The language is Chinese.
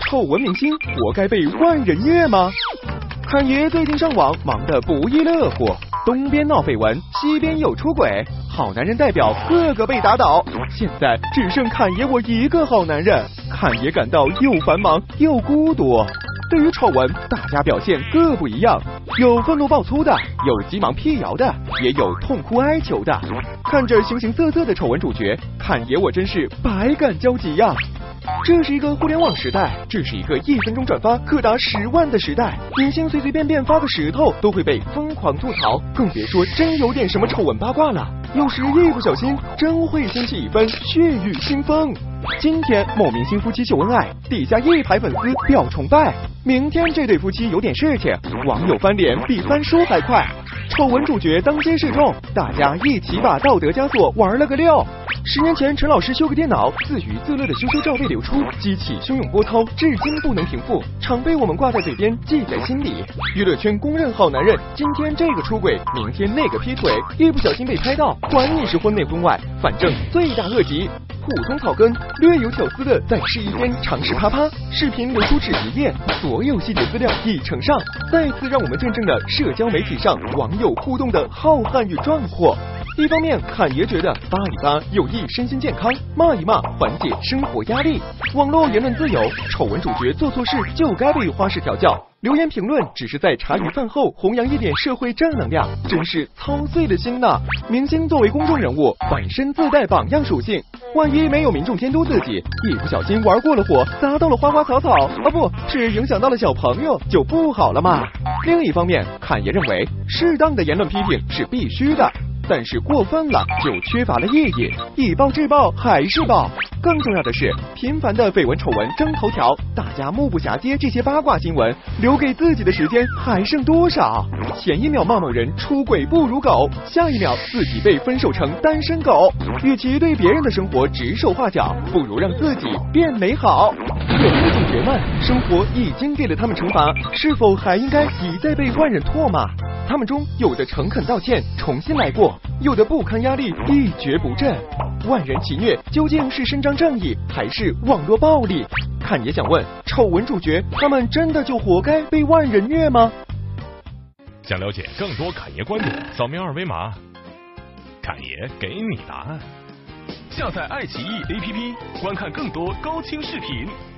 丑闻明星活该被万人虐吗？侃爷最近上网忙得不亦乐乎，东边闹绯闻，西边又出轨，好男人代表个个被打倒，现在只剩侃爷我一个好男人，侃爷感到又繁忙又孤独。对于丑闻，大家表现各不一样，有愤怒爆粗的，有急忙辟谣的，也有痛哭哀求的。看着形形色色的丑闻主角，侃爷我真是百感交集呀。这是一个互联网时代，这是一个1分钟转发可达10万的时代，明星随随便便发个石头都会被疯狂吐槽，更别说真有点什么丑闻八卦了，有时一不小心真会掀起一番血雨腥风。今天某明星夫妻秀恩爱，底下一排粉丝表崇拜，明天这对夫妻有点事情，网友翻脸比翻书还快，丑闻主角当街示众，大家一起把道德枷锁玩了个溜。10年前陈老师修个电脑，自娱自乐的羞羞照被流出，激起汹涌波涛，至今不能平复，常被我们挂在嘴边，记在心里。娱乐圈公认好男人，今天这个出轨，明天那个劈腿，一不小心被拍到，管你是婚内婚外，反正罪大恶极。普通草根略有巧思的在试衣间尝试啪啪，视频流出只一页，所有细节资料已呈上，再次让我们见证了社交媒体上网友互动的浩瀚与壮阔。一方面，侃爷觉得发一发有益身心健康，骂一骂缓解生活压力。网络言论自由，丑闻主角做错事就该被花式调教。留言评论只是在茶余饭后弘扬一点社会正能量，真是操碎了心呐！明星作为公众人物，本身自带榜样属性，万一没有民众监督自己，一不小心玩过了火，砸到了花花草草，不是影响到了小朋友，就不好了嘛。另一方面，侃爷认为适当的言论批评是必须的，但是过分了就缺乏了意义，以暴制暴还是暴。更重要的是，频繁的绯闻丑闻争头条，大家目不暇接这些八卦新闻，留给自己的时间还剩多少？前一秒骂某人出轨不如狗，下一秒自己被分手成单身狗。与其对别人的生活指手画脚，不如让自己变美好。有的主角们，生活已经给了他们惩罚，是否还应该一再被万人唾骂？他们中有的诚恳道歉，重新来过，有的不堪压力，一蹶不振。万人齐虐究竟是伸张正义，还是网络暴力？侃爷想问，丑闻主角他们真的就活该被万人虐吗？ 想了解更多侃爷观点，扫描2维码，侃爷给你答案。下载爱奇艺 APP，观看更多高清视频。